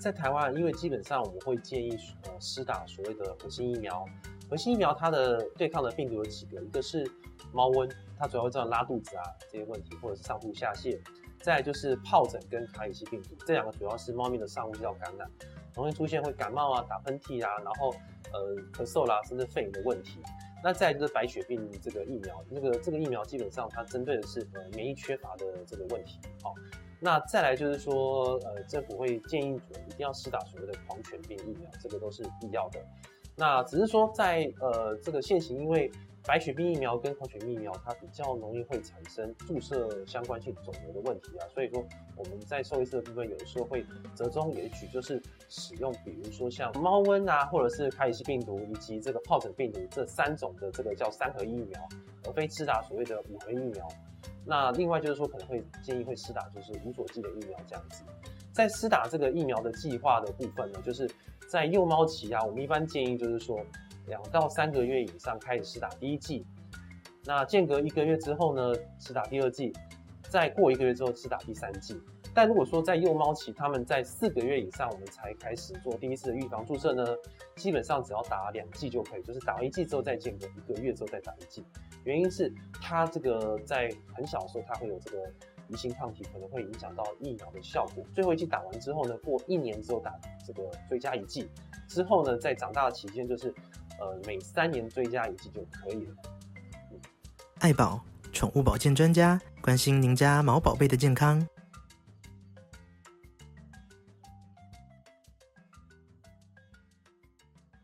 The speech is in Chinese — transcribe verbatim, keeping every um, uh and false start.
在台湾，因为基本上我们会建议呃施打所谓的核心疫苗。核心疫苗它的对抗的病毒有几个，一个是猫瘟，它主要会造成拉肚子啊这些问题，或者是上吐下泻。再来就是疱疹跟卡里西病毒，这两个主要是猫咪的上呼吸道感染，容易出现会感冒啊、打喷嚏啊，然后呃咳嗽啦，甚至肺炎的问题。那再来就是白血病这个疫苗，这个这个疫苗基本上它针对的是呃免疫缺乏的这个问题。好，那再来就是说，呃，政府会建议一定要施打所谓的狂犬病疫苗，这个都是必要的。那只是说在呃这个现行，因为白血病疫苗跟狂犬病疫苗它比较容易会产生注射相关性肿瘤的问题啊，所以说我们在兽医师的部分有的时候会折中，也许就是使用比如说像猫瘟啊，或者是卡里西病毒以及这个疱疹病毒这三种的这个叫三合一疫苗，而非施打所谓的五合一疫苗。那另外就是说可能会建议会施打就是无锁剂的疫苗这样子。在施打这个疫苗的计划的部分呢，就是在幼猫期啊，我们一般建议就是说两到三个月以上开始施打第一剂，那间隔一个月之后呢，施打第二剂，再过一个月之后施打第三剂。但如果说在幼猫期，他们在四个月以上，我们才开始做第一次的预防注射呢，基本上只要打两剂就可以，就是打完一剂之后再间隔一个月之后再打一剂。原因是它这个在很小的时候，它会有这个乙型抗体，可能会影响到疫苗的效果。最后一剂打完之后呢，过一年之后打这个追加一剂，之后呢，在长大的期间就是呃每三年追加一剂就可以了。 爱宝宠物保健专家，关心您家毛宝贝的健康。